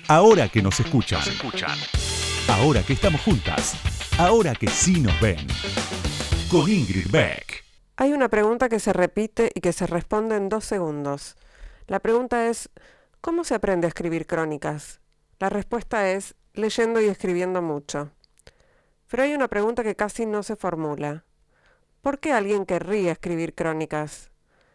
Ahora que nos escuchan. Ahora que estamos juntas. Ahora que sí nos ven. Con Ingrid Beck. Hay una pregunta que se repite y que se responde en 2 segundos. La pregunta es, ¿cómo se aprende a escribir crónicas? La respuesta es, leyendo y escribiendo mucho. Pero hay una pregunta que casi no se formula. ¿Por qué alguien querría escribir crónicas?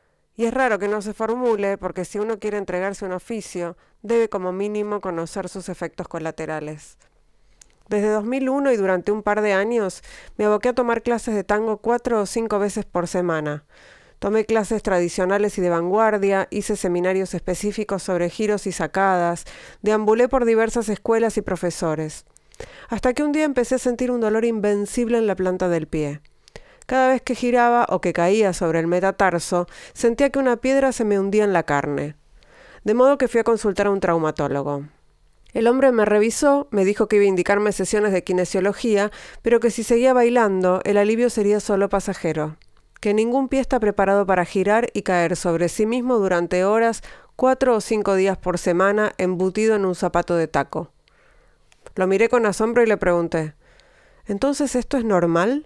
Y es raro que no se formule porque si uno quiere entregarse a un oficio, debe como mínimo conocer sus efectos colaterales. Desde 2001 y durante un par de años me aboqué a tomar clases de tango 4 o 5 veces por semana. Tomé clases tradicionales y de vanguardia, hice seminarios específicos sobre giros y sacadas, deambulé por diversas escuelas y profesores. Hasta que un día empecé a sentir un dolor invencible en la planta del pie. Cada vez que giraba o que caía sobre el metatarso, sentía que una piedra se me hundía en la carne. De modo que fui a consultar a un traumatólogo. El hombre me revisó, me dijo que iba a indicarme sesiones de kinesiología, pero que si seguía bailando, el alivio sería solo pasajero. Que ningún pie está preparado para girar y caer sobre sí mismo durante horas, 4 o 5 días por semana, embutido en un zapato de taco. Lo miré con asombro y le pregunté, ¿entonces esto es normal?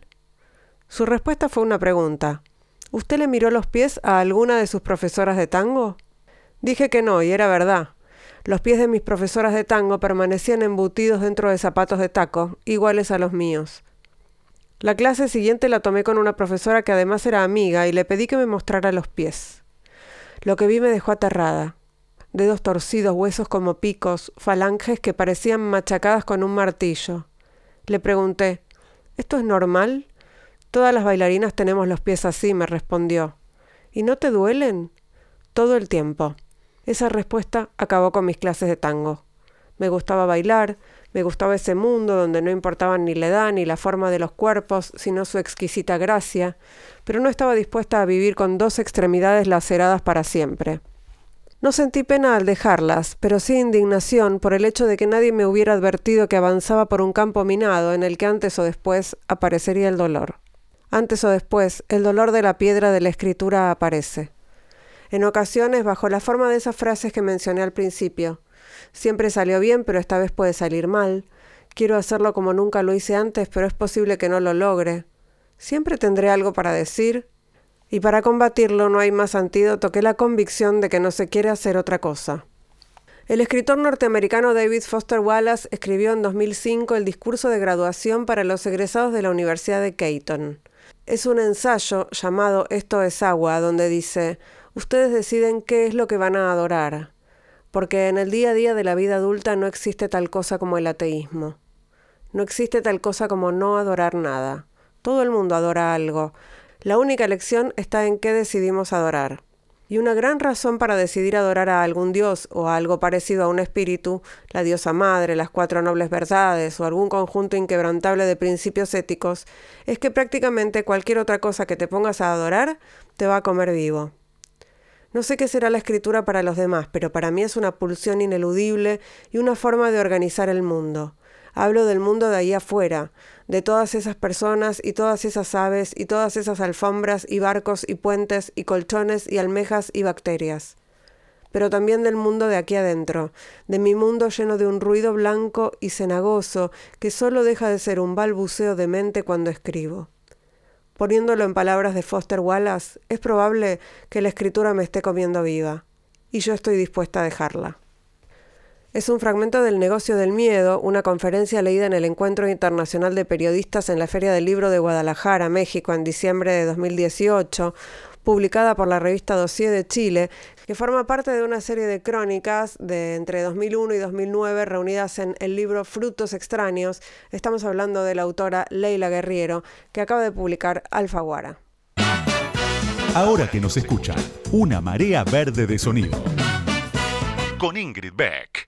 Su respuesta fue una pregunta. ¿Usted le miró los pies a alguna de sus profesoras de tango? Dije que no, y era verdad. Los pies de mis profesoras de tango permanecían embutidos dentro de zapatos de taco, iguales a los míos. La clase siguiente la tomé con una profesora que además era amiga y le pedí que me mostrara los pies. Lo que vi me dejó aterrada. Dedos torcidos, huesos como picos, falanges que parecían machacadas con un martillo. Le pregunté, ¿esto es normal? Todas las bailarinas tenemos los pies así, me respondió. ¿Y no te duelen? Todo el tiempo. Esa respuesta acabó con mis clases de tango. Me gustaba bailar, me gustaba ese mundo donde no importaban ni la edad ni la forma de los cuerpos, sino su exquisita gracia, pero no estaba dispuesta a vivir con 2 extremidades laceradas para siempre. No sentí pena al dejarlas, pero sí indignación por el hecho de que nadie me hubiera advertido que avanzaba por un campo minado en el que antes o después aparecería el dolor. Antes o después, el dolor de la piedra de la escritura aparece. En ocasiones, bajo la forma de esas frases que mencioné al principio. Siempre salió bien, pero esta vez puede salir mal. Quiero hacerlo como nunca lo hice antes, pero es posible que no lo logre. Siempre tendré algo para decir. Y para combatirlo no hay más antídoto que la convicción de que no se quiere hacer otra cosa. El escritor norteamericano David Foster Wallace escribió en 2005 el discurso de graduación para los egresados de la Universidad de Caton. Es un ensayo llamado Esto es agua, donde dice, ustedes deciden qué es lo que van a adorar, porque en el día a día de la vida adulta no existe tal cosa como el ateísmo. No existe tal cosa como no adorar nada. Todo el mundo adora algo. La única elección está en qué decidimos adorar. Y una gran razón para decidir adorar a algún dios o a algo parecido a un espíritu, la diosa madre, las 4 nobles verdades o algún conjunto inquebrantable de principios éticos, es que prácticamente cualquier otra cosa que te pongas a adorar te va a comer vivo. No sé qué será la escritura para los demás, pero para mí es una pulsión ineludible y una forma de organizar el mundo. Hablo del mundo de ahí afuera, de todas esas personas y todas esas aves y todas esas alfombras y barcos y puentes y colchones y almejas y bacterias. Pero también del mundo de aquí adentro, de mi mundo lleno de un ruido blanco y cenagoso que solo deja de ser un balbuceo de mente cuando escribo. Poniéndolo en palabras de Foster Wallace, es probable que la escritura me esté comiendo viva, y yo estoy dispuesta a dejarla. Es un fragmento del Negocio del Miedo, una conferencia leída en el Encuentro Internacional de Periodistas en la Feria del Libro de Guadalajara, México, en diciembre de 2018, publicada por la revista Dossier de Chile, que forma parte de una serie de crónicas de entre 2001 y 2009 reunidas en el libro Frutos Extraños. Estamos hablando de la autora Leila Guerriero, que acaba de publicar Alfaguara. Ahora que nos escuchan, una marea verde de sonido. Con Ingrid Beck.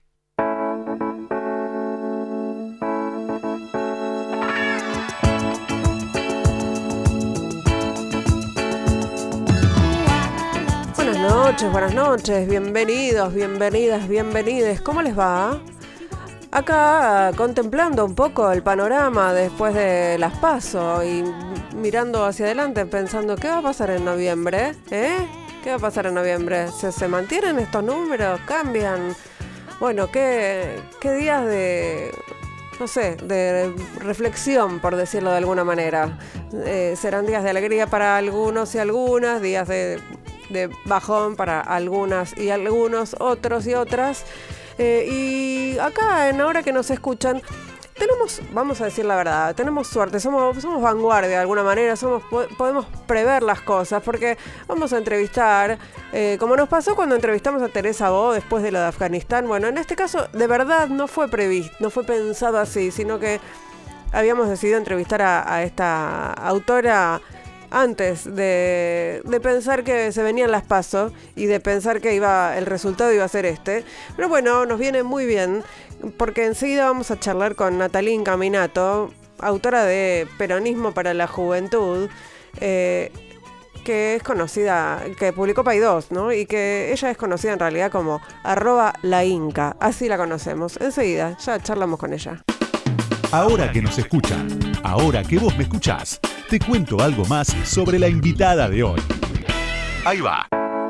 Buenas noches, bienvenidos, bienvenidas, bienvenides. ¿Cómo les va? Acá contemplando un poco el panorama después de las PASO y mirando hacia adelante pensando ¿qué va a pasar en noviembre? ¿Qué va a pasar en noviembre? ¿Se mantienen estos números? ¿Cambian? Bueno, qué días de, no sé, de reflexión, por decirlo de alguna manera. Serán días de alegría para algunos y algunas, días de bajón para algunas y algunos, otros y otras. Y acá, en Ahora que nos escuchan, tenemos, vamos a decir la verdad, tenemos suerte, somos vanguardia de alguna manera, podemos prever las cosas, porque vamos a entrevistar, como nos pasó cuando entrevistamos a Teresa Bo después de lo de Afganistán. Bueno, en este caso, de verdad, no fue previsto, no fue pensado así, sino que habíamos decidido entrevistar a esta autora antes de pensar que se venían las PASO y de pensar que el resultado iba a ser este. Pero bueno, nos viene muy bien, porque enseguida vamos a charlar con Natalie Incaminato, autora de Peronismo para la Juventud, que es conocida, que publicó Paidós, ¿no? Y que ella es conocida en realidad como @lainca, así la conocemos. Enseguida, ya charlamos con ella. Ahora que nos escuchan, ahora que vos me escuchás, te cuento algo más sobre la invitada de hoy. Ahí va.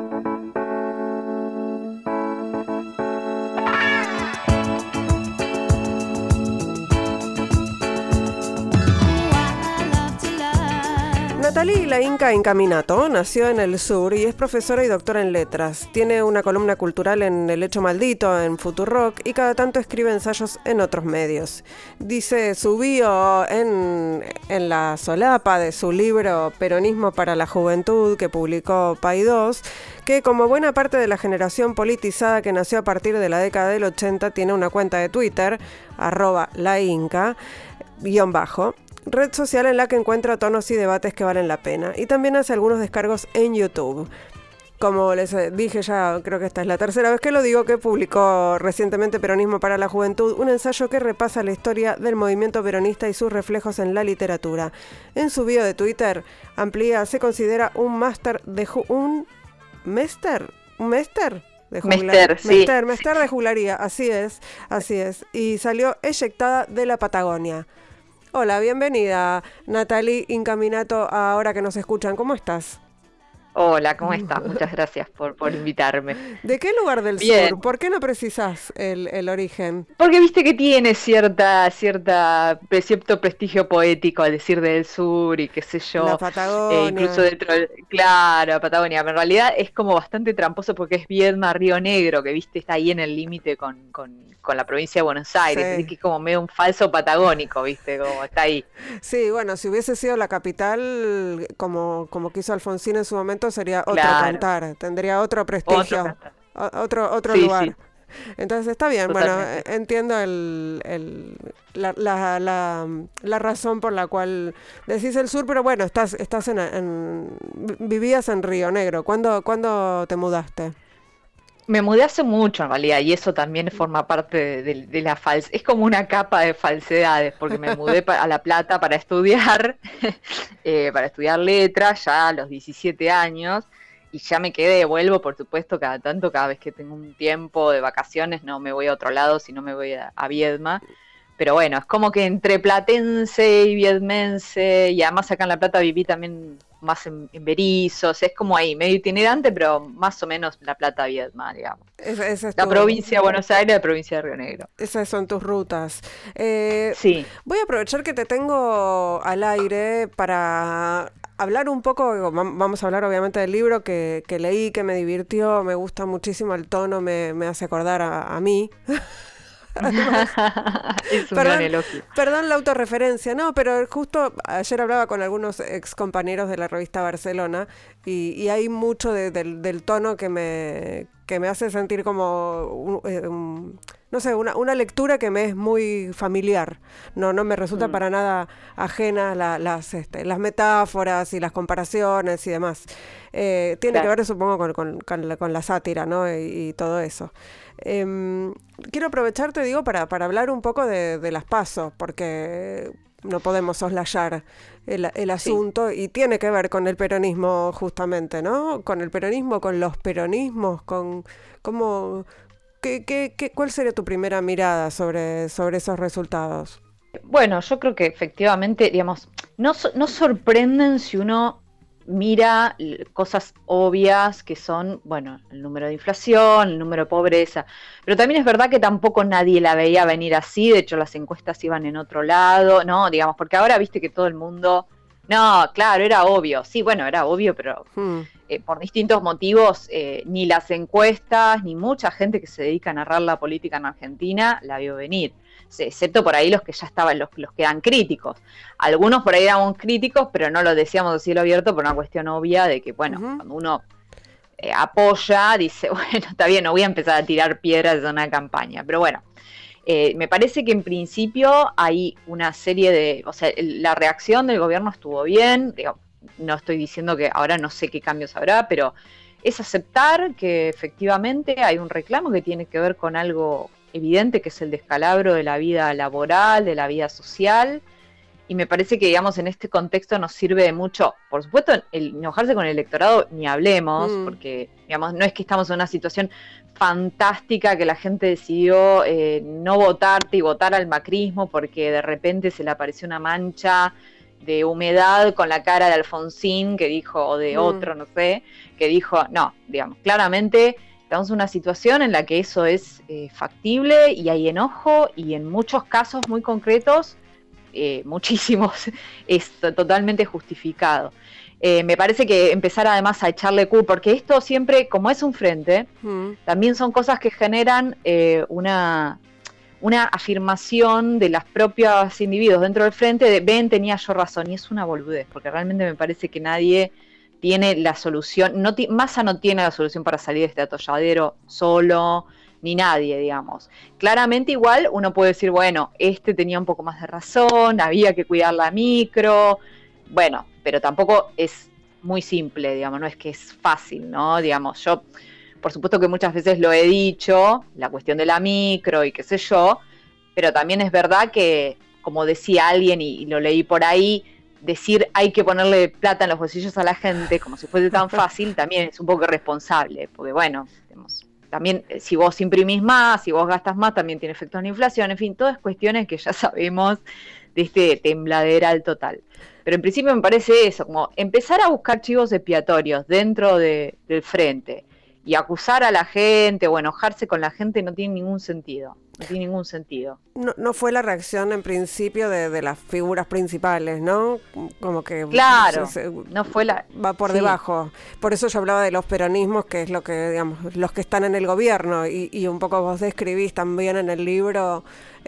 Natalie Incaminato nació en el sur y es profesora y doctora en letras. Tiene una columna cultural en El Hecho Maldito, en Futurock, y cada tanto escribe ensayos en otros medios. Dice su bio en la solapa de su libro Peronismo para la Juventud, que publicó Paidós, que como buena parte de la generación politizada que nació a partir de la década del 80, tiene una cuenta de Twitter, @lainca_, red social en la que encuentra tonos y debates que valen la pena. Y también hace algunos descargos en YouTube. Como les dije ya, creo que esta es la tercera vez que lo digo, que publicó recientemente Peronismo para la Juventud, un ensayo que repasa la historia del movimiento peronista y sus reflejos en la literatura. En su bio de Twitter amplía, se considera un máster de Mester de juglaría, así es, y salió eyectada de la Patagonia. Hola, bienvenida, Natalie Incaminato, a Ahora que nos escuchan. ¿Cómo estás? Hola, ¿cómo estás? Muchas gracias por invitarme. ¿De qué lugar del Bien. sur? ¿Por qué no precisás el origen? Porque viste que tiene cierto prestigio poético al decir del sur y qué sé yo. La Patagonia. Incluso claro, Patagonia. Pero en realidad es como bastante tramposo porque es Viedma, Río Negro, que viste está ahí en el límite con la provincia de Buenos Aires. Sí. Es que es como medio un falso patagónico, viste, como está ahí. Sí, bueno, si hubiese sido la capital, como quiso Alfonsín en su momento, sería otro cantar, tendría otro prestigio, otro sí, lugar. Sí. Entonces está bien. Totalmente. Bueno, entiendo la razón por la cual decís el sur, pero bueno, vivías en Río Negro. ¿Cuándo te mudaste? Me mudé hace mucho en realidad, y eso también forma parte de la falsedad. Es como una capa de falsedades, porque me mudé a La Plata para estudiar letras ya a los 17 años, y ya me quedé, vuelvo por supuesto cada vez que tengo un tiempo de vacaciones, no me voy a otro lado, sino me voy a Viedma. Pero bueno, es como que entre platense y viedmense, y además acá en La Plata viví también más en Berisso, es como ahí, medio itinerante, pero más o menos La Plata, Viedma, digamos. La provincia de Buenos Aires, la provincia de Río Negro. Esas son tus rutas. Sí. Voy a aprovechar que te tengo al aire para hablar un poco, vamos a hablar obviamente del libro que leí, que me divirtió, me gusta muchísimo el tono, me hace acordar a mí. Es un gran elogio. Perdón la autorreferencia, no, pero justo ayer hablaba con algunos ex compañeros de la revista Barcelona y hay mucho del tono que me hace sentir como no sé, una lectura que me es muy familiar. No me resulta para nada ajena las metáforas y las comparaciones y demás. Tiene que ver, supongo, con la sátira, ¿no? Y todo eso. Quiero aprovechar, te digo, para hablar un poco de las PASO, porque no podemos soslayar el asunto, y tiene que ver con el peronismo justamente, ¿no? Con el peronismo, con los peronismos, con cómo... ¿Cuál sería tu primera mirada sobre esos resultados? Bueno, yo creo que efectivamente, digamos, no sorprenden si uno mira cosas obvias que son, bueno, el número de inflación, el número de pobreza, pero también es verdad que tampoco nadie la veía venir así, de hecho las encuestas iban en otro lado, ¿no? Digamos, porque ahora viste que todo el mundo, no, claro, era obvio, sí, bueno, era obvio, pero por distintos motivos, ni las encuestas, ni mucha gente que se dedica a narrar la política en Argentina la vio venir. Excepto por ahí los que ya estaban, los que eran críticos. Algunos por ahí éramos críticos, pero no lo decíamos de cielo abierto por una cuestión obvia de que, bueno, cuando uno apoya, dice, bueno, está bien, no voy a empezar a tirar piedras de una campaña. Pero bueno, me parece que en principio hay una serie de, o sea, la reacción del gobierno estuvo bien, digo, no estoy diciendo que ahora no sé qué cambios habrá, pero es aceptar que efectivamente hay un reclamo que tiene que ver con algo evidente, que es el descalabro de la vida laboral, de la vida social, y me parece que, digamos, en este contexto nos sirve de mucho. Por supuesto, el enojarse con el electorado ni hablemos, porque, digamos, no es que estamos en una situación fantástica que la gente decidió no votarte y votar al macrismo porque de repente se le apareció una mancha de humedad con la cara de Alfonsín que dijo, o de otro, no sé, que dijo, no, digamos, claramente estamos en una situación en la que eso es factible y hay enojo, y en muchos casos muy concretos, muchísimos, es totalmente justificado. Me parece que empezar además a echarle culpa, porque esto siempre, como es un frente, también son cosas que generan una afirmación de los propios individuos dentro del frente de, ven, tenía yo razón, y es una boludez, porque realmente me parece que nadie tiene la solución, Massa no tiene la solución para salir de este atolladero solo, ni nadie, digamos. Claramente igual uno puede decir, bueno, este tenía un poco más de razón, había que cuidar la micro, bueno, pero tampoco es muy simple, digamos, no es que es fácil, ¿no? Digamos, yo, por supuesto que muchas veces lo he dicho, la cuestión de la micro y qué sé yo, pero también es verdad que, como decía alguien, y lo leí por ahí, decir hay que ponerle plata en los bolsillos a la gente como si fuese tan fácil también es un poco irresponsable, porque bueno, digamos, también si vos imprimís más, si vos gastas más, también tiene efectos en la inflación, en fin, todas cuestiones que ya sabemos de este tembladeral total. Pero en principio me parece eso, como empezar a buscar chivos expiatorios dentro del frente y acusar a la gente o enojarse con la gente no tiene ningún sentido. No tiene ningún sentido. No fue la reacción en principio de las figuras principales, ¿no? Como que claro, no fue va por debajo. Por eso yo hablaba de los peronismos, que es lo que, digamos, los que están en el gobierno, y un poco vos describís también en el libro,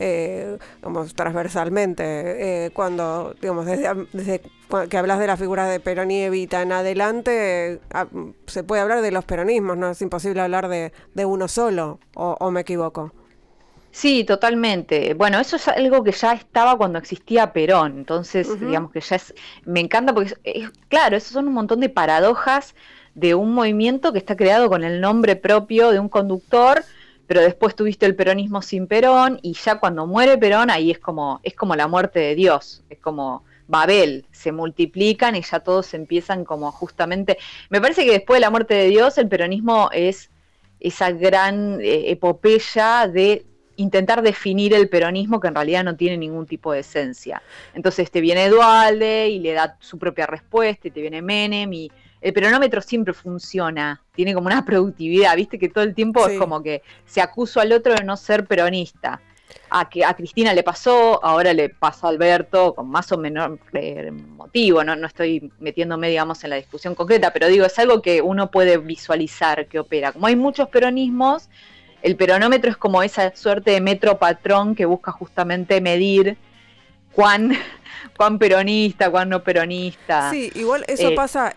como transversalmente, cuando, digamos, desde que hablas de la figura de Perón y Evita en adelante, se puede hablar de los peronismos, no es imposible hablar de uno solo, o me equivoco. Sí, totalmente. Bueno, eso es algo que ya estaba cuando existía Perón, entonces digamos que ya es, me encanta porque claro, esos son un montón de paradojas de un movimiento que está creado con el nombre propio de un conductor, pero después tuviste el peronismo sin Perón, y ya cuando muere Perón ahí es como la muerte de Dios, es como Babel, se multiplican y ya todos empiezan como justamente, me parece que después de la muerte de Dios el peronismo es esa gran epopeya de intentar definir el peronismo que en realidad no tiene ningún tipo de esencia. Entonces te viene Duhalde y le da su propia respuesta, y te viene Menem, y el peronómetro siempre funciona, tiene como una productividad, viste que todo el tiempo es como que se acusó al otro de no ser peronista. A Cristina le pasó, ahora le pasa a Alberto, con más o menos motivo, no estoy metiéndome, digamos, en la discusión concreta, pero digo, es algo que uno puede visualizar que opera. Como hay muchos peronismos, el peronómetro es como esa suerte de metro patrón que busca justamente medir cuán peronista, cuán no peronista. Sí, igual eso pasa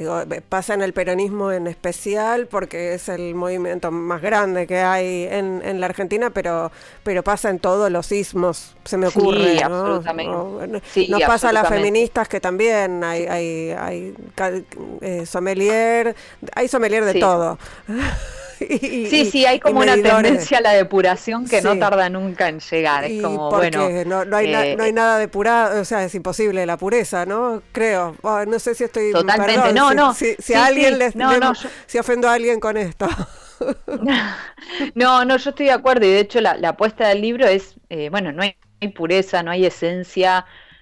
en el peronismo en especial, porque es el movimiento más grande que hay en la Argentina, pero pasa en todos los ismos, se me ocurre. Sí, absolutamente. Nos pasa a las feministas, que también hay sommelier, hay sommelier de todo. Sí, hay como una tendencia a la depuración que no tarda nunca en llegar. Es como, porque no hay nada depurado, o sea, es imposible la pureza, ¿no? Creo. No sé si estoy... Totalmente, perdón, si a alguien si ofendo a alguien con esto. No, yo estoy de acuerdo, y de hecho la apuesta del libro es, no hay pureza, no hay esencia.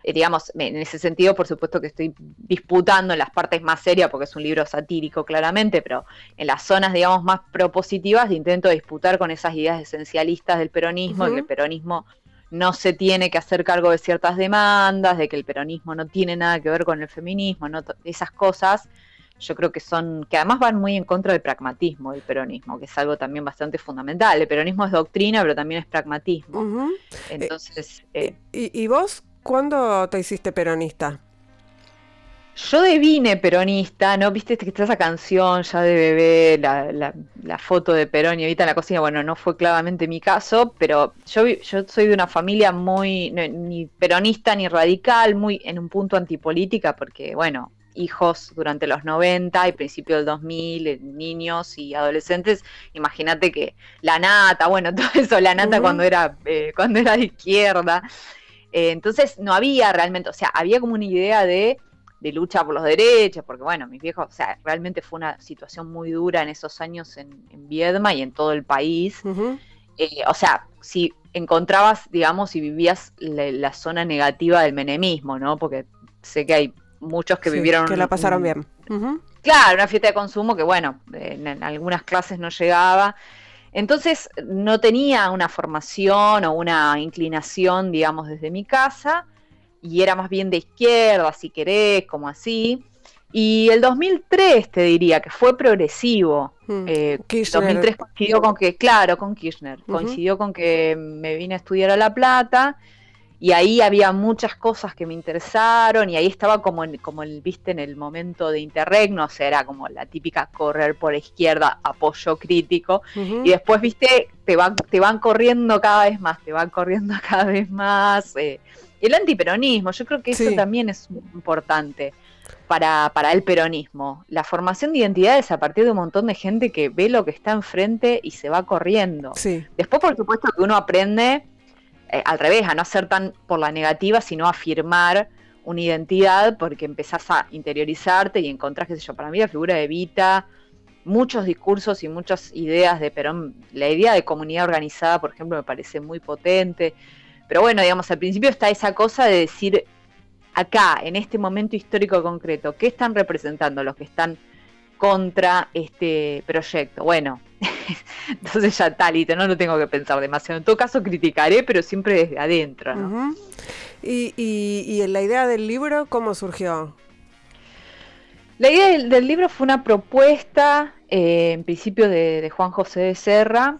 digamos, en ese sentido, por supuesto que estoy disputando en las partes más serias, porque es un libro satírico claramente, pero en las zonas, digamos, más propositivas intento disputar con esas ideas esencialistas del peronismo, de que el peronismo no se tiene que hacer cargo de ciertas demandas, de que el peronismo no tiene nada que ver con el feminismo, no esas cosas. Yo creo que que además van muy en contra del pragmatismo del peronismo, que es algo también bastante fundamental. El peronismo es doctrina, pero también es pragmatismo. Entonces, ¿Y vos cuándo te hiciste peronista? Yo devine peronista, ¿no? Viste que está esa canción ya de bebé, la foto de Perón y Evita en la cocina. Bueno, no fue claramente mi caso, pero yo soy de una familia muy, ni peronista ni radical, muy en un punto antipolítica, porque, bueno, hijos durante los 90 y principio del 2000, niños y adolescentes, imagínate que la nata, bueno, todo eso, la nata cuando era de izquierda, entonces no había realmente, o sea, había como una idea de lucha por los derechos, porque bueno, mis viejos, o sea, realmente fue una situación muy dura en esos años en Viedma y en todo el país, o sea, si encontrabas, digamos, si vivías la zona negativa del menemismo, ¿no? Porque sé que hay muchos que vivieron... Que la pasaron bien. Claro, una fiesta de consumo que, bueno, en algunas clases no llegaba. Entonces, no tenía una formación o una inclinación, digamos, desde mi casa, y era más bien de izquierda, si querés, como así. Y el 2003, te diría, que fue progresivo. 2003 coincidió con que, claro, con Kirchner, coincidió con que me vine a estudiar a La Plata, y ahí había muchas cosas que me interesaron, y ahí estaba como viste, en el momento de interregno, o sea, era como la típica correr por izquierda, apoyo crítico, y después, viste, te van corriendo cada vez más, el antiperonismo, yo creo que eso también es importante para el peronismo, la formación de identidades a partir de un montón de gente que ve lo que está enfrente y se va corriendo. Después, por supuesto, que uno aprende al revés, a no ser tan por la negativa, sino a afirmar una identidad, porque empezás a interiorizarte y encontrás, qué sé yo, para mí la figura de Evita, muchos discursos y muchas ideas de Perón, la idea de comunidad organizada, por ejemplo, me parece muy potente, pero bueno, digamos, al principio está esa cosa de decir, acá, en este momento histórico concreto, ¿qué están representando los que están contra este proyecto? Bueno, entonces ya talito, no lo tengo que pensar demasiado. En todo caso criticaré, pero siempre desde adentro, ¿no? ¿Y la idea del libro cómo surgió? La idea del libro fue una propuesta, en principio de Juan José de Serra,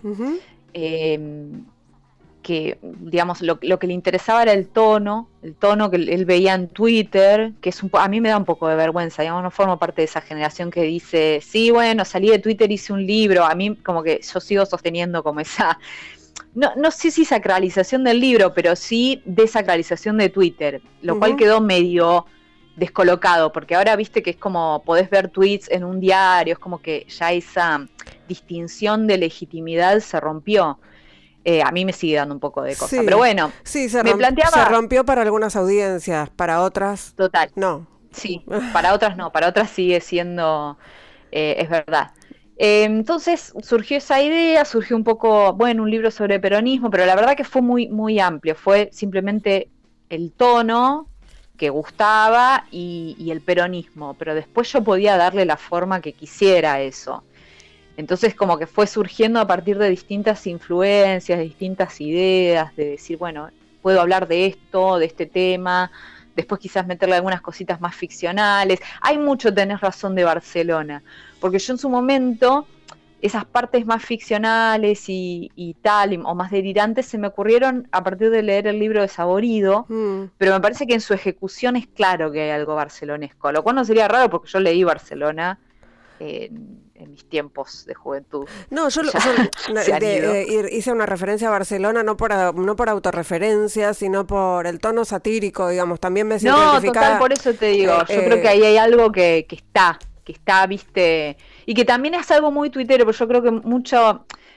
que, digamos, lo que le interesaba era el tono que él veía en Twitter, que es a mí me da un poco de vergüenza, digamos, no formo parte de esa generación que dice, sí, bueno, salí de Twitter, hice un libro. A mí como que yo sigo sosteniendo como esa, no sé si sacralización del libro, pero sí desacralización de Twitter, lo cual quedó medio descolocado, porque ahora viste que es como podés ver tweets en un diario, es como que ya esa distinción de legitimidad se rompió. A mí me sigue dando un poco de cosa, pero bueno, se rompió para algunas audiencias, para otras total, no. Sí, para otras no, para otras sigue siendo, es verdad. Entonces surgió esa idea, surgió un poco, bueno, un libro sobre peronismo, pero la verdad que fue muy, muy amplio, fue simplemente el tono que gustaba y el peronismo, pero después yo podía darle la forma que quisiera a eso. Entonces como que fue surgiendo a partir de distintas influencias, de distintas ideas, de decir, bueno, puedo hablar de esto, de este tema, después quizás meterle algunas cositas más ficcionales. Hay mucho, tenés razón, de Barcelona, porque yo en su momento, esas partes más ficcionales y tal, o más delirantes, se me ocurrieron a partir de leer el libro de Saborido, pero me parece que en su ejecución es claro que hay algo barcelonesco, lo cual no sería raro porque yo leí Barcelona en mis tiempos de juventud. No, yo hice una referencia a Barcelona no por autorreferencia, sino por el tono satírico, digamos. También me siento identificada. Total, por eso te digo, yo creo que ahí hay algo que está, viste, y que también es algo muy tuitero, pero yo creo que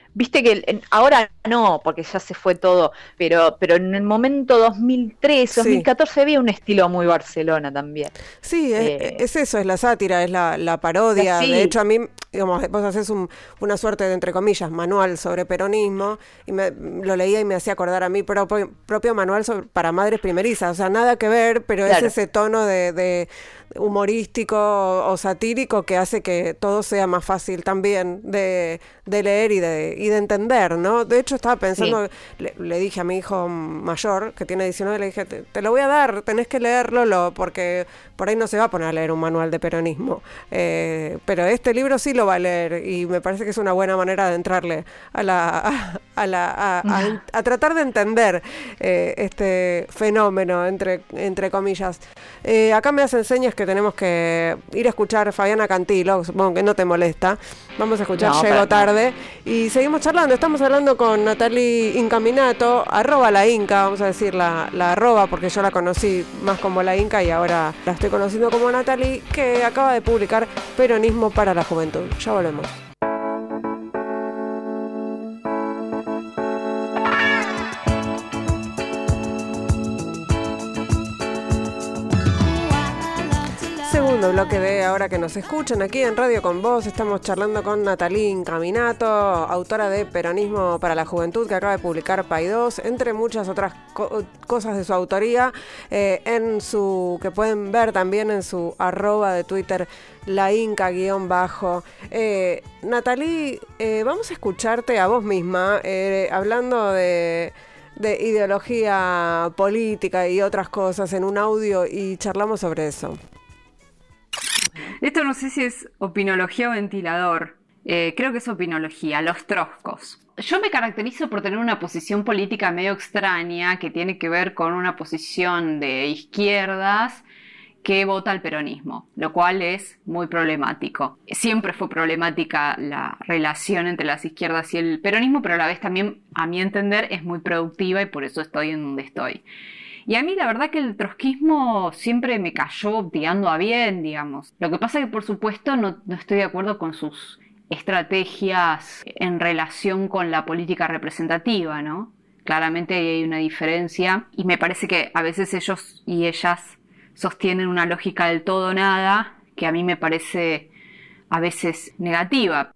viste que ahora no, porque ya se fue todo, pero en el momento 2013, 2014 había un estilo muy Barcelona también. Sí, es eso, es la sátira, es la parodia. Sí. De hecho, a mí, digamos, vos haces una suerte de, entre comillas, manual sobre peronismo, y lo leía y me hacía acordar a mí propio manual para madres primerizas. O sea, nada que ver, pero Claro. es ese tono de humorístico o satírico que hace que todo sea más fácil también de leer y de entender, ¿no? De hecho, estaba pensando, le dije a mi hijo mayor, que tiene 19, le dije, te lo voy a dar, tenés que leerlo, porque por ahí no se va a poner a leer un manual de peronismo. Pero este libro sí lo va a leer, y me parece que es una buena manera de entrarle a tratar de entender este fenómeno, entre comillas. Acá me hacen señas que tenemos que ir a escuchar Fabiana Cantilo, supongo que no te molesta. Vamos a escuchar Llego Tarde y seguimos charlando. Estamos hablando con Natalie Incaminato, @la Inca, vamos a decir la arroba, porque yo la conocí más como la Inca y ahora la estoy conociendo como Natalie, que acaba de publicar Peronismo para la Juventud. Ya volvemos. Segundo bloque de Ahora que nos escuchan aquí en Radio Con Vos. Estamos charlando con Natalie Incaminato, autora de Peronismo para la Juventud, que acaba de publicar Paidós, entre muchas otras cosas de su autoría, que pueden ver también en su @ de Twitter, la Inca _ Natalie, vamos a escucharte a vos misma hablando de ideología política y otras cosas en un audio, y charlamos sobre eso. Esto no sé si es opinología o ventilador. Creo que es opinología, los troscos. Yo me caracterizo por tener una posición política medio extraña, que tiene que ver con una posición de izquierdas que vota al peronismo, lo cual es muy problemático. Siempre fue problemática la relación entre las izquierdas y el peronismo, pero a la vez también, a mi entender, es muy productiva y por eso estoy en donde estoy. Y a mí la verdad que el trotskismo siempre me cayó tirando a bien, digamos. Lo que pasa es que, por supuesto, no estoy de acuerdo con sus estrategias en relación con la política representativa, ¿no? Claramente hay una diferencia y me parece que a veces ellos y ellas sostienen una lógica del todo nada que a mí me parece a veces negativa.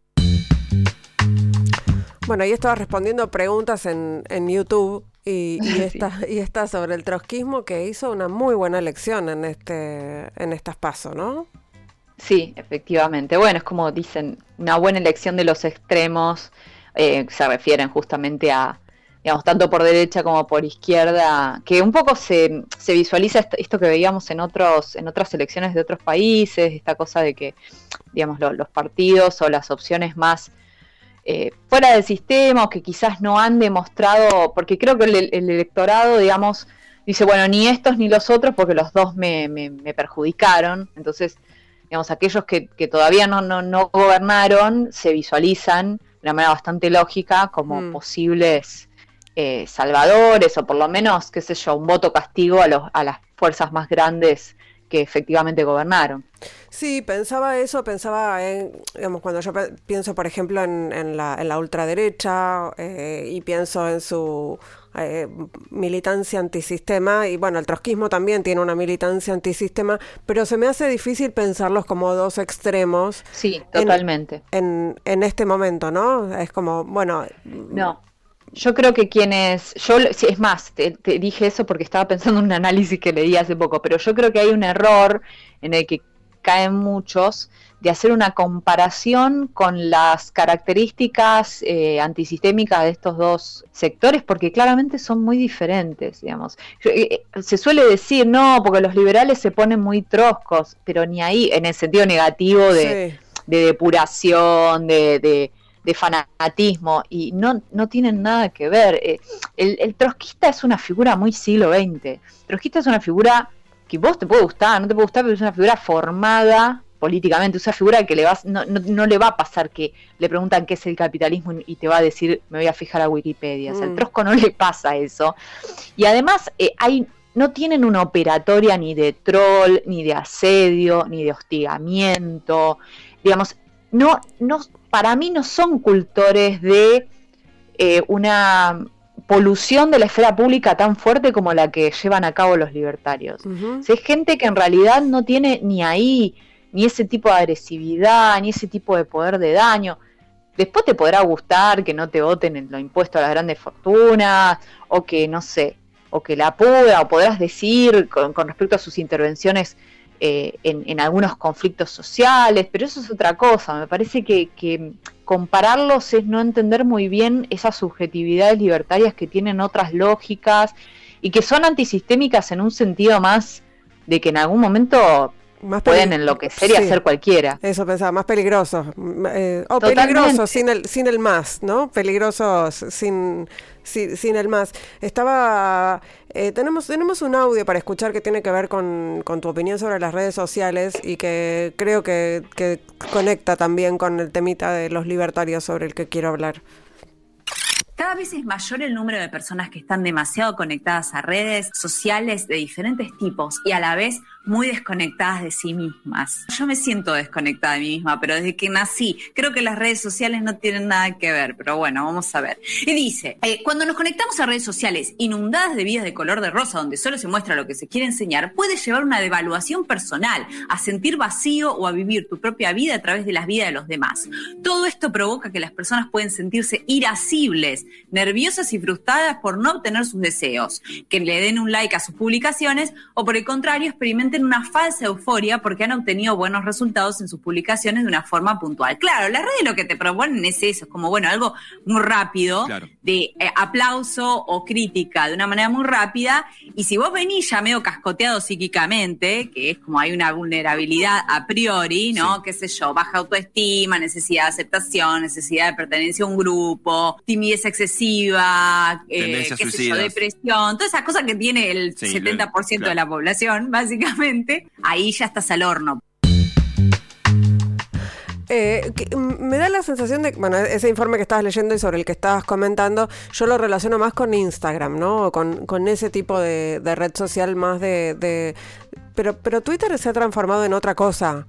Bueno, yo estaba respondiendo preguntas en YouTube y esta sobre el trotskismo, que hizo una muy buena elección en estas PASO, ¿no? Sí, efectivamente. Bueno, es como dicen, una buena elección de los extremos, se refieren justamente a, digamos, tanto por derecha como por izquierda, que un poco se visualiza esto que veíamos en otras elecciones de otros países, esta cosa de que, digamos, los partidos o las opciones más fuera del sistema, o que quizás no han demostrado, porque creo que el electorado, digamos, dice, bueno, ni estos ni los otros, porque los dos me perjudicaron. Entonces, digamos, aquellos que todavía no gobernaron se visualizan de una manera bastante lógica como posibles salvadores, o por lo menos, qué sé yo, un voto castigo a las fuerzas más grandes que efectivamente gobernaron. Sí, pensaba en, digamos, cuando yo pienso, por ejemplo, en la ultraderecha, y pienso en su militancia antisistema, y bueno, el trotskismo también tiene una militancia antisistema, pero se me hace difícil pensarlos como dos extremos. Sí, totalmente. En este momento, ¿no? Es como, bueno... No. Yo creo que es más, te dije eso porque estaba pensando en un análisis que leí hace poco, pero yo creo que hay un error en el que caen muchos de hacer una comparación con las características antisistémicas de estos dos sectores, porque claramente son muy diferentes, digamos. Se suele decir, no, porque los liberales se ponen muy troscos, pero ni ahí, en el sentido negativo de depuración, de fanatismo, y no tienen nada que ver. El trotskista es una figura muy siglo XX. El trotskista es una figura que vos te puede gustar, no te puede gustar, pero es una figura formada políticamente, es una figura que no le va a pasar que le preguntan qué es el capitalismo y te va a decir, me voy a fijar a Wikipedia. O sea, al trotsko no le pasa eso. Y además no tienen una operatoria ni de troll, ni de asedio, ni de hostigamiento. Digamos, para mí no son cultores de una polución de la esfera pública tan fuerte como la que llevan a cabo los libertarios. Ujú. O sea, es gente que en realidad no tiene ni ahí ni ese tipo de agresividad, ni ese tipo de poder de daño. Después te podrá gustar que no te voten en lo impuesto a las grandes fortunas, o que, no sé, o que la pudra, o podrás decir con respecto a sus intervenciones en algunos conflictos sociales, pero eso es otra cosa. Me parece que compararlos es no entender muy bien esas subjetividades libertarias que tienen otras lógicas y que son antisistémicas en un sentido más de que en algún momento Más pueden enloquecer y sí, hacer cualquiera. Eso pensaba, más peligrosos. O Totalmente. peligrosos sin el más, ¿no? Peligrosos sin el más. Tenemos un audio para escuchar que tiene que ver con tu opinión sobre las redes sociales y que creo que conecta también con el temita de los libertarios sobre el que quiero hablar. Cada vez es mayor el número de personas que están demasiado conectadas a redes sociales de diferentes tipos y a la vez muy desconectadas de sí mismas. Yo me siento desconectada de mí misma, pero desde que nací creo que las redes sociales no tienen nada que ver, pero bueno, vamos a ver. Y dice, cuando nos conectamos a redes sociales inundadas de vidas de color de rosa donde solo se muestra lo que se quiere enseñar, puede llevar una devaluación personal, a sentir vacío o a vivir tu propia vida a través de las vidas de los demás. Todo esto provoca que las personas pueden sentirse irascibles, nerviosas y frustradas por no obtener sus deseos, que le den un like a sus publicaciones o por el contrario experimenten una falsa euforia porque han obtenido buenos resultados en sus publicaciones de una forma puntual. Claro, las redes lo que te proponen es eso, es como bueno, algo muy rápido, claro, de aplauso o crítica de una manera muy rápida, y si vos venís ya medio cascoteado psíquicamente, que es como hay una vulnerabilidad a priori, ¿no? Sí. Qué sé yo, baja autoestima, necesidad de aceptación, necesidad de pertenencia a un grupo, timidez excesiva, qué sé yo, depresión, todas esas cosas que tiene el 70% claro, de la población, básicamente, ahí ya estás al horno. Me da la sensación de, bueno, ese informe que estabas leyendo y sobre el que estabas comentando, yo lo relaciono más con Instagram, ¿no? Con ese tipo de red social más pero Twitter se ha transformado en otra cosa.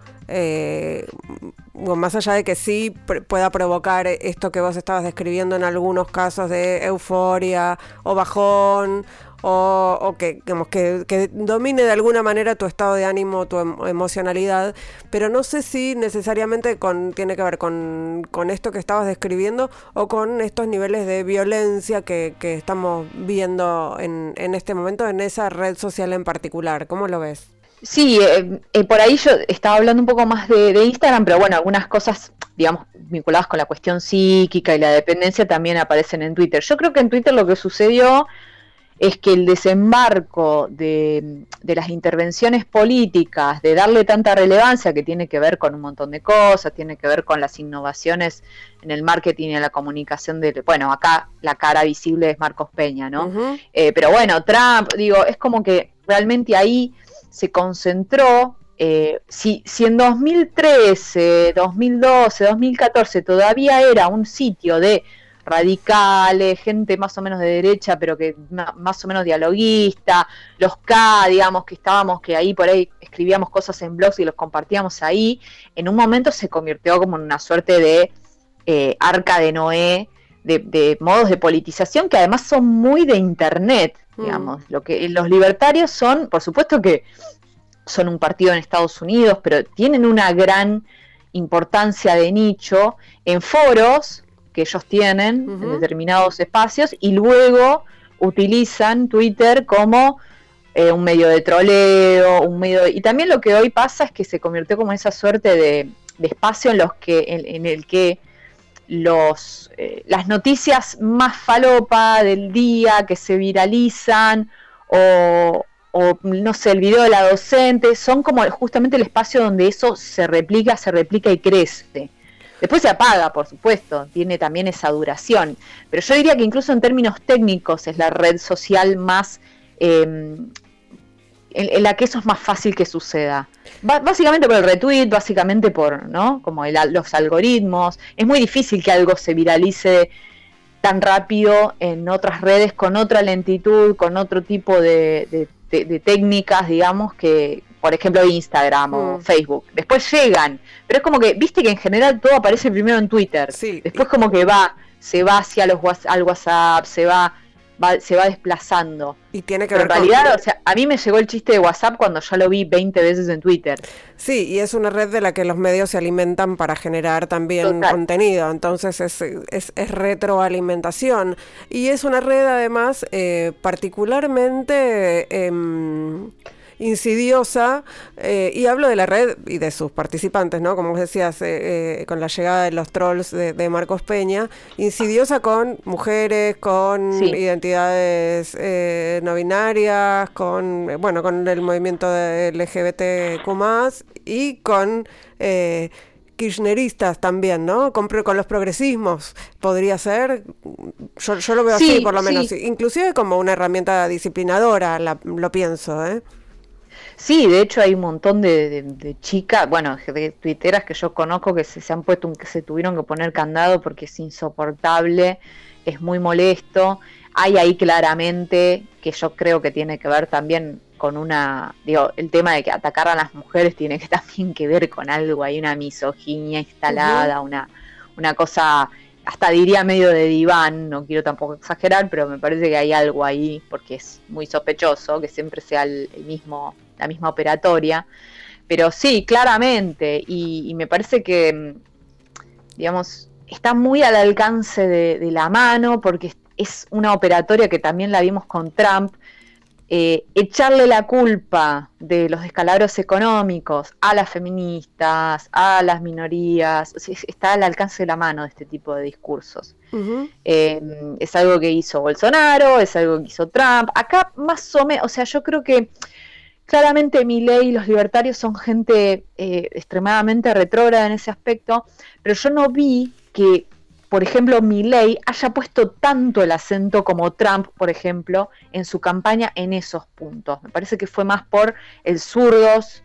Más allá de que sí pueda provocar esto que vos estabas describiendo en algunos casos de euforia o bajón, o que, digamos, que domine de alguna manera tu estado de ánimo, tu emocionalidad, pero no sé si necesariamente tiene que ver con esto que estabas describiendo o con estos niveles de violencia que estamos viendo en este momento en esa red social en particular. ¿Cómo lo ves? Sí, por ahí yo estaba hablando un poco más de Instagram, pero bueno, algunas cosas, digamos, vinculadas con la cuestión psíquica y la dependencia también aparecen en Twitter. Yo creo que en Twitter lo que sucedió es que el desembarco de las intervenciones políticas, de darle tanta relevancia, que tiene que ver con un montón de cosas, tiene que ver con las innovaciones en el marketing y en la comunicación bueno, acá la cara visible es Marcos Peña, ¿no? Uh-huh. Pero bueno, Trump, digo, es como que realmente ahí se concentró, si en 2013, 2012, 2014 todavía era un sitio de radicales, gente más o menos de derecha, pero que más o menos dialoguista, los K, digamos, que ahí por ahí escribíamos cosas en blogs y los compartíamos ahí, en un momento se convirtió como en una suerte de arca de Noé, de modos de politización que además son muy de internet, digamos. Lo que los libertarios son, por supuesto que son un partido en Estados Unidos, pero tienen una gran importancia de nicho en foros que ellos tienen, uh-huh, en determinados espacios, y luego utilizan Twitter como un medio de troleo, y también lo que hoy pasa es que se convirtió como esa suerte de espacio en el que las noticias más falopa del día que se viralizan, o no sé, el video de la docente, son como justamente el espacio donde eso se replica y crece. Después se apaga, por supuesto, tiene también esa duración, pero yo diría que incluso en términos técnicos es la red social más en la que eso es más fácil que suceda. Básicamente por el retweet, básicamente por, ¿no? Como los algoritmos. Es muy difícil que algo se viralice tan rápido en otras redes, con otra lentitud, con otro tipo de técnicas, digamos, que por ejemplo Instagram o Facebook. Después llegan, pero es como que, viste que en general todo aparece primero en Twitter. Sí. Después como que va se va hacia al WhatsApp, se va desplazando. Y tiene que Pero ver en realidad, o sea, a mí me llegó el chiste de WhatsApp cuando ya lo vi 20 veces en Twitter. Sí, y es una red de la que los medios se alimentan para generar también contenido, entonces es retroalimentación. Y es una red además particularmente insidiosa, y hablo de la red y de sus participantes, ¿no? Como vos decías, con la llegada de los trolls de Marcos Peña, insidiosa con mujeres, con identidades no binarias, con el movimiento de LGBTQ+, y con kirchneristas también, ¿no? Con los progresismos, podría ser. Yo lo veo así, por lo menos. Inclusive como una herramienta disciplinadora, lo pienso, ¿eh? Sí, de hecho hay un montón de chicas, bueno, de tuiteras que yo conozco que se han puesto, que se tuvieron que poner candado porque es insoportable, es muy molesto. Hay ahí claramente, que yo creo que tiene que ver también con el tema de que atacar a las mujeres tiene que también que ver con algo, hay una misoginia instalada, una cosa, hasta diría medio de diván, no quiero tampoco exagerar, pero me parece que hay algo ahí, porque es muy sospechoso que siempre sea la misma operatoria, pero sí, claramente, y me parece que, digamos, está muy al alcance de la mano, porque es una operatoria que también la vimos con Trump. Echarle la culpa de los descalabros económicos a las feministas, a las minorías, o sea, está al alcance de la mano de este tipo de discursos. Uh-huh. Es algo que hizo Bolsonaro, es algo que hizo Trump. Acá más o menos, o sea, yo creo que claramente Milei y los libertarios son gente extremadamente retrógrada en ese aspecto, pero yo no vi que, por ejemplo, Milei haya puesto tanto el acento como Trump, por ejemplo, en su campaña en esos puntos. Me parece que fue más por el zurdos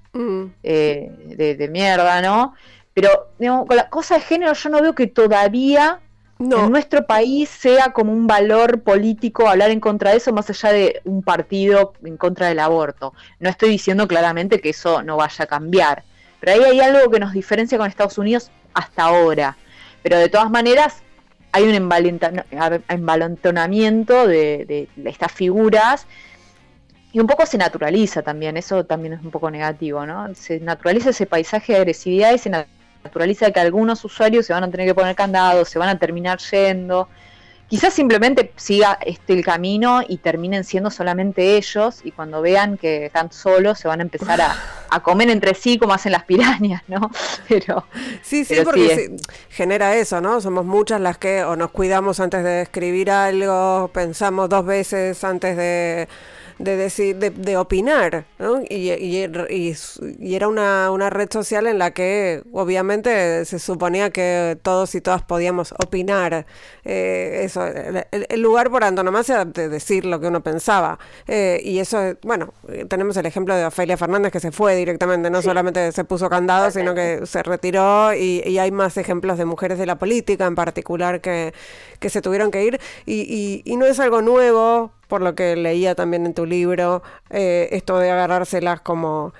de mierda, ¿no? Pero, digamos, con la cosa de género yo no veo que todavía en nuestro país sea como un valor político hablar en contra de eso, más allá de un partido en contra del aborto. No estoy diciendo claramente que eso no vaya a cambiar, pero ahí hay algo que nos diferencia con Estados Unidos hasta ahora. Pero de todas maneras hay un envalentonamiento de estas figuras, y un poco se naturaliza también, eso también es un poco negativo, ¿no? Se naturaliza ese paisaje de agresividad y se naturaliza que algunos usuarios se van a tener que poner candados, se van a terminar yendo. Quizás simplemente siga el camino y terminen siendo solamente ellos, y cuando vean que están solos se van a empezar a comer entre sí como hacen las pirañas, ¿no? Pero porque genera eso, ¿no? Somos muchas las que o nos cuidamos antes de escribir algo, pensamos dos veces antes de decir, de opinar, ¿no? Y era una red social en la que obviamente se suponía que todos y todas podíamos opinar, eso, el lugar por antonomasia de decir lo que uno pensaba, y eso, bueno, tenemos el ejemplo de Ofelia Fernández, que se fue directamente, no solamente se puso candado, sino que se retiró, y hay más ejemplos de mujeres de la política en particular que se tuvieron que ir, y no es algo nuevo, por lo que leía también en tu libro, esto de agarrárselas como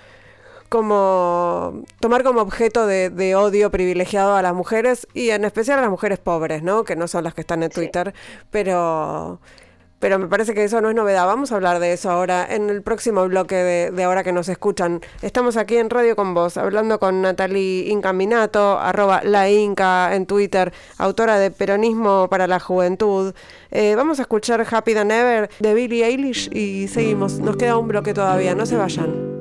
tomar como objeto de odio privilegiado a las mujeres, y en especial a las mujeres pobres, ¿no? Que no son las que están en Twitter, pero me parece que eso no es novedad. Vamos a hablar de eso ahora en el próximo bloque de Ahora que nos escuchan. Estamos aquí en Radio con Vos, hablando con Natalie Incaminato, @lainca en Twitter, autora de Peronismo para la Juventud. Vamos a escuchar Happy Than Ever de Billie Eilish y seguimos. Nos queda un bloque todavía, no se vayan.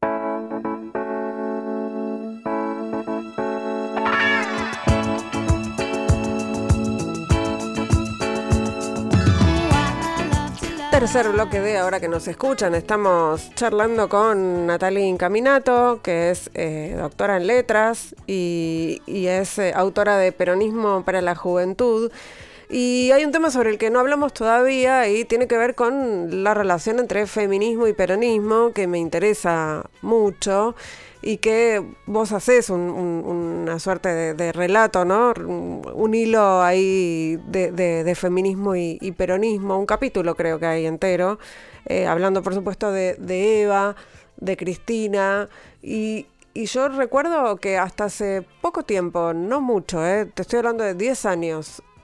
Tercer bloque de Ahora que nos escuchan. Estamos charlando con Natalie Incaminato, que es doctora en letras y es autora de Peronismo para la Juventud. Y hay un tema sobre el que no hablamos todavía y tiene que ver con la relación entre feminismo y peronismo, que me interesa mucho, y que vos hacés una suerte de relato, ¿no? Un hilo ahí de feminismo y peronismo, un capítulo creo que hay entero, hablando por supuesto de Eva, de Cristina, y yo recuerdo que hasta hace poco tiempo, no mucho, te estoy hablando de 10 años,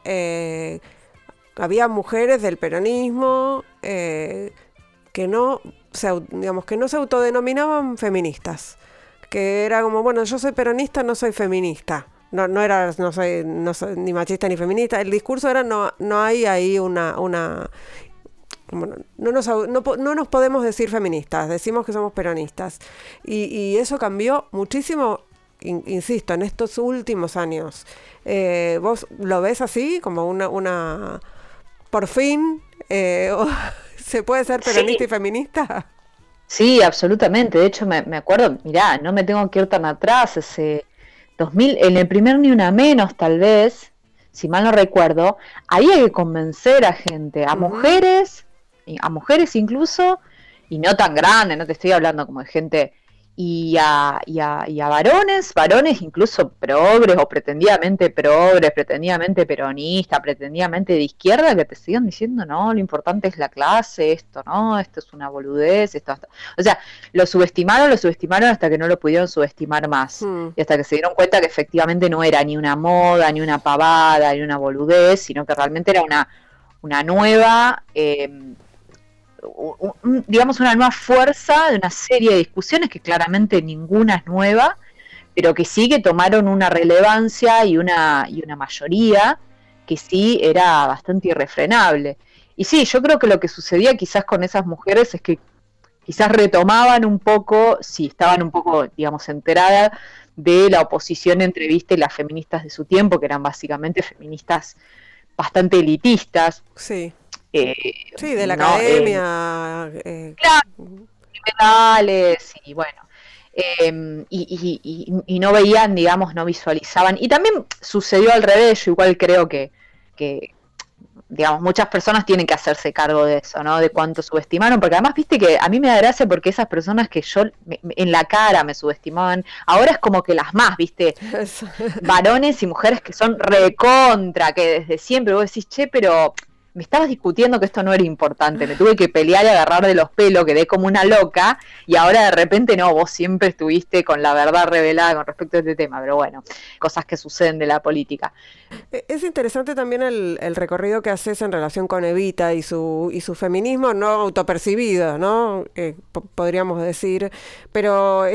había mujeres del peronismo que no se autodenominaban feministas, que era como, bueno, yo soy peronista, no soy feminista. No soy ni machista ni feminista. El discurso era no hay ahí una bueno, no nos podemos decir feministas, decimos que somos peronistas. Y eso cambió muchísimo, insisto, en estos últimos años. ¿Vos lo ves así? Como una por fin ¿se puede ser peronista y feminista? Sí, absolutamente. De hecho, me acuerdo, mirá, no me tengo que ir tan atrás, ese 2000, en el primer Ni Una Menos, tal vez, si mal no recuerdo, había que convencer a gente, a mujeres incluso, y no tan grandes, no te estoy hablando como de gente, y a varones incluso progres o pretendidamente peronistas, pretendidamente de izquierda, que te sigan diciendo, no, lo importante es la clase, esto es una boludez, o sea, lo subestimaron hasta que no lo pudieron subestimar más, y hasta que se dieron cuenta que efectivamente no era ni una moda, ni una pavada, ni una boludez, sino que realmente era una nueva... digamos una nueva fuerza de una serie de discusiones que claramente ninguna es nueva, pero que sí que tomaron una relevancia y una mayoría que sí era bastante irrefrenable. Y sí, yo creo que lo que sucedía quizás con esas mujeres es que quizás retomaban un poco, sí, estaban un poco, digamos, enteradas de la oposición entre, viste, las feministas de su tiempo, que eran básicamente feministas bastante elitistas. Sí. Sí, de la academia. Claro, criminales, y bueno. Y no veían, digamos, no visualizaban. Y también sucedió al revés. Yo igual creo que digamos, muchas personas tienen que hacerse cargo de eso, ¿no? De cuánto subestimaron, porque además, viste que a mí me da gracia porque esas personas que yo en la cara me subestimaban, ahora es como que las más, viste, varones y mujeres que son recontra, que desde siempre vos decís, che, pero... me estabas discutiendo que esto no era importante, me tuve que pelear y agarrar de los pelos, quedé como una loca, y ahora de repente no, vos siempre estuviste con la verdad revelada con respecto a este tema, pero bueno, cosas que suceden de la política. Es interesante también el recorrido que haces en relación con Evita y su feminismo no autopercibido, ¿no? Podríamos decir, pero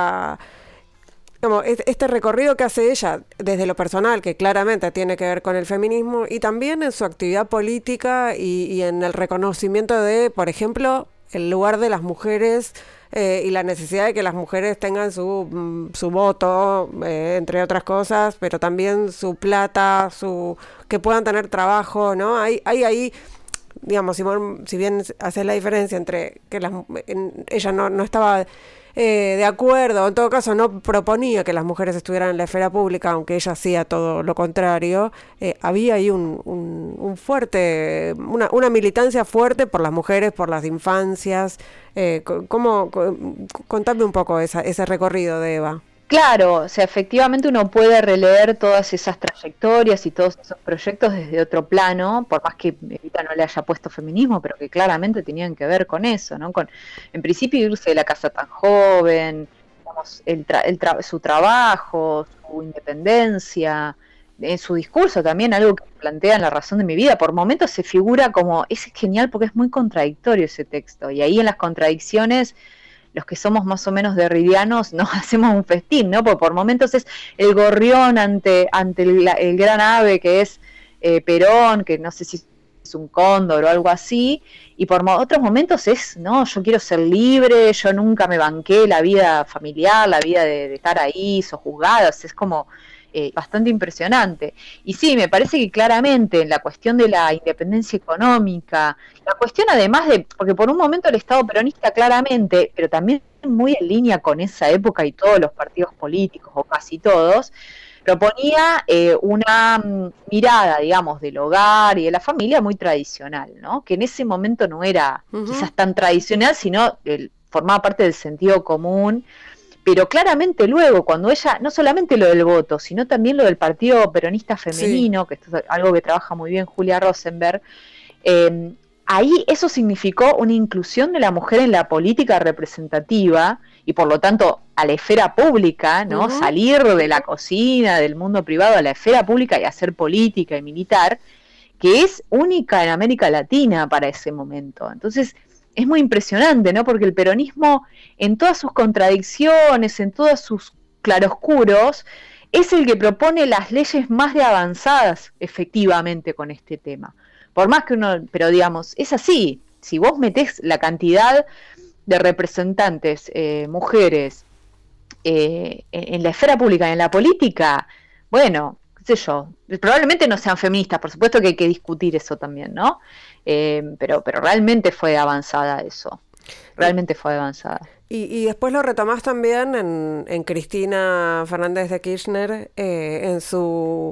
este recorrido que hace ella desde lo personal, que claramente tiene que ver con el feminismo, y también en su actividad política y en el reconocimiento de, por ejemplo, el lugar de las mujeres y la necesidad de que las mujeres tengan su voto, entre otras cosas, pero también su plata, que puedan tener trabajo, ¿no? Hay ahí, digamos, si bien haces la diferencia entre que ella no estaba... de acuerdo, en todo caso no proponía que las mujeres estuvieran en la esfera pública, aunque ella hacía todo lo contrario, había ahí un fuerte, una militancia fuerte por las mujeres, por las infancias. Contame un poco ese recorrido de Eva. Claro, o sea, efectivamente uno puede releer todas esas trayectorias y todos esos proyectos desde otro plano, por más que Evita no le haya puesto feminismo, pero que claramente tenían que ver con eso, ¿no? Con, en principio, irse de la casa tan joven, digamos, su trabajo, su independencia, en su discurso también, algo que plantea en La Razón de mi vida. Por momentos se figura como, es genial porque es muy contradictorio ese texto, y ahí en las contradicciones... los que somos más o menos derridianos nos hacemos un festín, ¿no? Porque por momentos es el gorrión ante el gran ave que es Perón, que no sé si es un cóndor o algo así, y por otros momentos es, no, yo quiero ser libre, yo nunca me banqué la vida familiar, la vida de estar ahí, sojuzgados, es como... bastante impresionante. Y sí, me parece que claramente en la cuestión de la independencia económica, la cuestión además de, porque por un momento el Estado peronista claramente, pero también muy en línea con esa época y todos los partidos políticos, o casi todos, proponía una mirada, digamos, del hogar y de la familia muy tradicional, ¿no? Que en ese momento no era quizás tan tradicional, sino formaba parte del sentido común. Pero claramente luego, cuando ella, no solamente lo del voto, sino también lo del Partido Peronista Femenino, que esto es algo que trabaja muy bien Julia Rosenberg, ahí eso significó una inclusión de la mujer en la política representativa y por lo tanto a la esfera pública, ¿no? Salir de la cocina, del mundo privado a la esfera pública y hacer política y militar, que es única en América Latina para ese momento. Entonces es muy impresionante, ¿no? Porque el peronismo, en todas sus contradicciones, en todos sus claroscuros, es el que propone las leyes más de avanzadas, efectivamente, con este tema. Por más que uno, pero digamos, es así. Si vos metés la cantidad de representantes, mujeres, en la esfera pública, en la política, bueno, qué sé yo, probablemente no sean feministas, por supuesto que hay que discutir eso también, ¿no? Pero realmente fue avanzada eso, realmente fue avanzada. Y después lo retomás también en Cristina Fernández de Kirchner, en su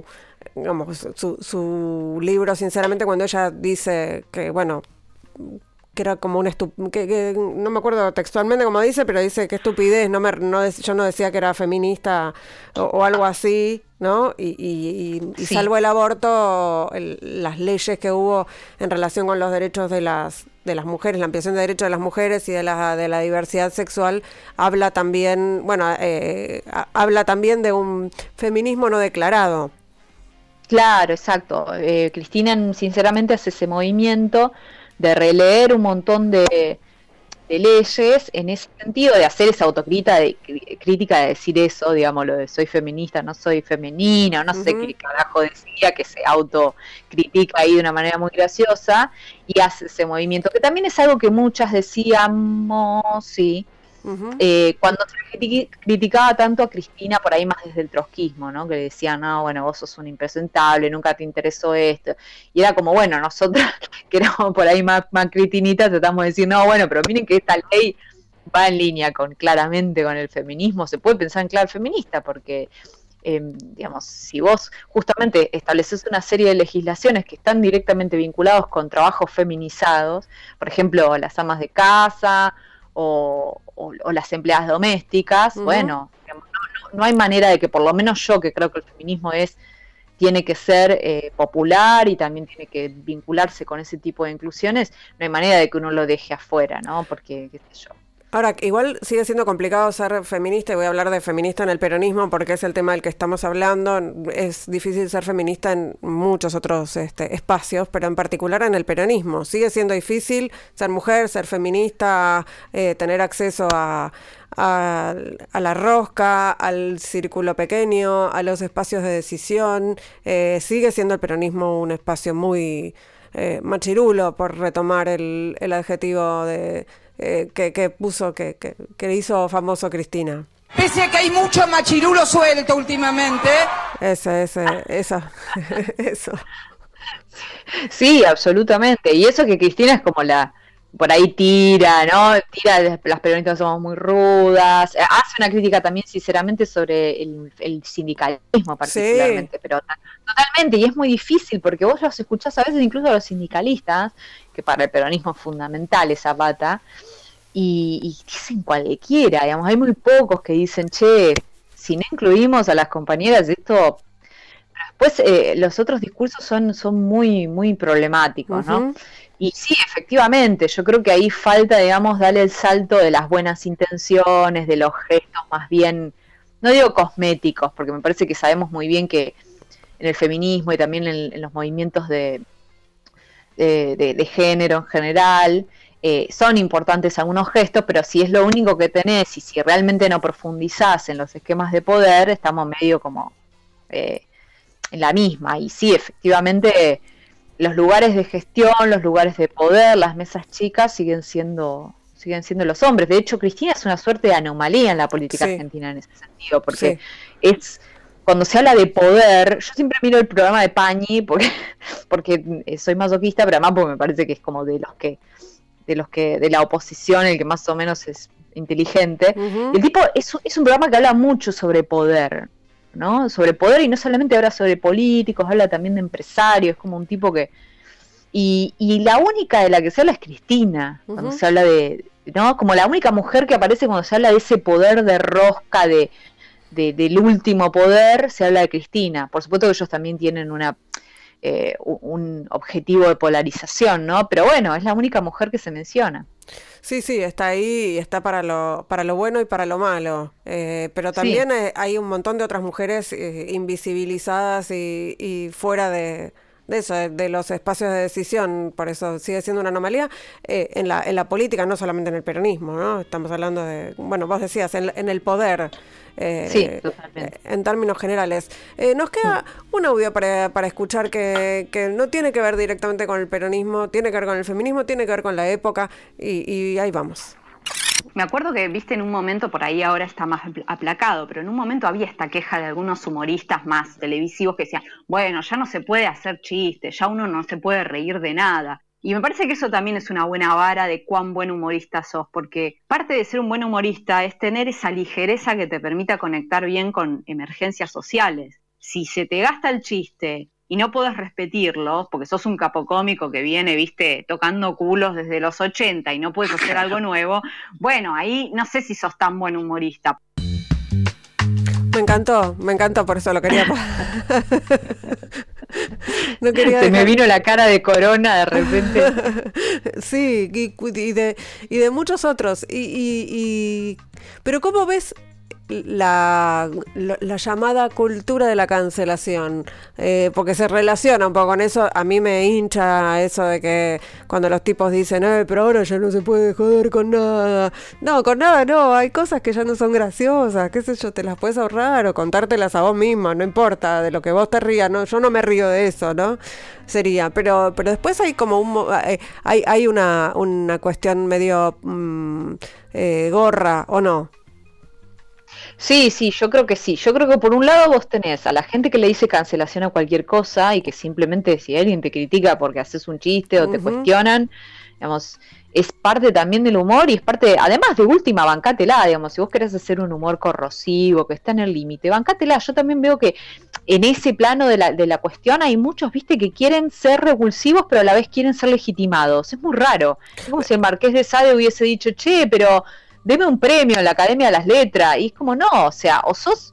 libro, sinceramente, cuando ella dice que, bueno, que era como una que no me acuerdo textualmente cómo dice, pero dice que estupidez, yo no decía que era feminista o algo así, ¿no? Y sí, salvo el aborto, las leyes que hubo en relación con los derechos de las mujeres, la ampliación de derechos de las mujeres y de la diversidad sexual, habla también, habla también de un feminismo no declarado. Claro, exacto. Cristina sinceramente hace ese movimiento de releer un montón de leyes en ese sentido, de hacer esa autocrítica de decir eso, digamos, lo de soy feminista, no soy femenina, no sé qué carajo decía, que se autocritica ahí de una manera muy graciosa, y hace ese movimiento, que también es algo que muchas decíamos, sí, cuando se criticaba tanto a Cristina, por ahí más desde el trotskismo, ¿no? Que le decían, no, bueno, vos sos un impresentable, nunca te interesó esto, y era como, bueno, nosotras que éramos por ahí más cristinitas tratamos de decir, no, bueno, pero miren que esta ley va en línea claramente con el feminismo, se puede pensar en clave feminista, porque digamos, si vos justamente estableces una serie de legislaciones que están directamente vinculados con trabajos feminizados, por ejemplo, las amas de casa o las empleadas domésticas, bueno, digamos, no hay manera de que, por lo menos yo, que creo que el feminismo tiene que ser popular y también tiene que vincularse con ese tipo de inclusiones, no hay manera de que uno lo deje afuera, ¿no? Porque, qué sé yo. Ahora, igual sigue siendo complicado ser feminista, y voy a hablar de feminista en el peronismo porque es el tema del que estamos hablando. Es difícil ser feminista en muchos otros espacios, pero en particular en el peronismo. Sigue siendo difícil ser mujer, ser feminista, tener acceso a la rosca, al círculo pequeño, a los espacios de decisión. Sigue siendo el peronismo un espacio muy machirulo, por retomar el adjetivo que hizo famoso Cristina. Pese a que hay mucho machirulo suelto últimamente. Eso. Sí, absolutamente. Y eso que Cristina es como por ahí tira, ¿no? Las peronistas somos muy rudas. Hace una crítica también, sinceramente, sobre el sindicalismo particularmente, sí. Pero totalmente, y es muy difícil porque vos los escuchás a veces incluso a los sindicalistas, que para el peronismo es fundamental esa pata, y dicen cualquiera, digamos, hay muy pocos que dicen, che, si no incluimos a las compañeras, esto... Después los otros discursos son muy, muy problemáticos, ¿no? Y sí, efectivamente, yo creo que ahí falta, digamos, darle el salto de las buenas intenciones, de los gestos más bien, no digo cosméticos, porque me parece que sabemos muy bien que en el feminismo y también en los movimientos de género en general, son importantes algunos gestos, pero si es lo único que tenés y si realmente no profundizás en los esquemas de poder, estamos medio como en la misma. Y sí, efectivamente, los lugares de gestión, los lugares de poder, las mesas chicas siguen siendo los hombres. De hecho, Cristina es una suerte de anomalía en la política argentina en ese sentido, porque es... Cuando se habla de poder, yo siempre miro el programa de Pañi porque soy masoquista, pero además porque me parece que es como de la oposición el que más o menos es inteligente. El tipo es un programa que habla mucho sobre poder, ¿no? Sobre poder, y no solamente habla sobre políticos, habla también de empresarios, es como un tipo que... Y la única de la que se habla es Cristina, cuando se habla de... ¿no? Como la única mujer que aparece cuando se habla de ese poder de rosca, del último poder, se habla de Cristina. Por supuesto que ellos también tienen un objetivo de polarización, ¿no? Pero bueno, es la única mujer que se menciona. Sí, está ahí y está para lo bueno y para lo malo. Pero también hay un montón de otras mujeres invisibilizadas y fuera de eso, de los espacios de decisión. Por eso sigue siendo una anomalía en la política, no solamente en el peronismo, ¿no? Estamos hablando de, bueno, vos decías, en el poder. Sí, totalmente. En términos generales. Nos queda un audio para escuchar que no tiene que ver directamente con el peronismo, tiene que ver con el feminismo, tiene que ver con la época, y ahí vamos. Me acuerdo que, viste, en un momento, por ahí ahora está más aplacado, pero en un momento había esta queja de algunos humoristas más televisivos que decían, bueno, ya no se puede hacer chistes, ya uno no se puede reír de nada. Y me parece que eso también es una buena vara de cuán buen humorista sos, porque parte de ser un buen humorista es tener esa ligereza que te permita conectar bien con emergencias sociales. Si se te gasta el chiste y no podés repetirlo, porque sos un capocómico que viene, viste, tocando culos desde los 80 y no puedes hacer algo nuevo, bueno, ahí no sé si sos tan buen humorista. Me encantó, por eso lo quería. No quería Se me vino la cara de Corona de repente. Sí, y de muchos otros. Pero ¿cómo ves la llamada cultura de la cancelación? Porque se relaciona un poco con eso. A mí me hincha eso de que cuando los tipos dicen, pero ahora ya no se puede joder con nada. No, con nada no, hay cosas que ya no son graciosas, qué sé yo, te las puedes ahorrar o contártelas a vos misma, no importa, de lo que vos te rías, no, yo no me río de eso, ¿no? Sería, pero después hay como hay una cuestión medio gorra, ¿o no? Sí, yo creo que sí. Yo creo que por un lado vos tenés a la gente que le dice cancelación a cualquier cosa y que simplemente si alguien te critica porque haces un chiste o te cuestionan, digamos, es parte también del humor y es parte, además de última, bancátela, digamos, si vos querés hacer un humor corrosivo, que está en el límite, bancátela. Yo también veo que en ese plano de la cuestión hay muchos, viste, que quieren ser revulsivos pero a la vez quieren ser legitimados. Es muy raro. Es como si el Marqués de Sade hubiese dicho, pero deme un premio en la Academia de las Letras, y es como no, o sea, o sos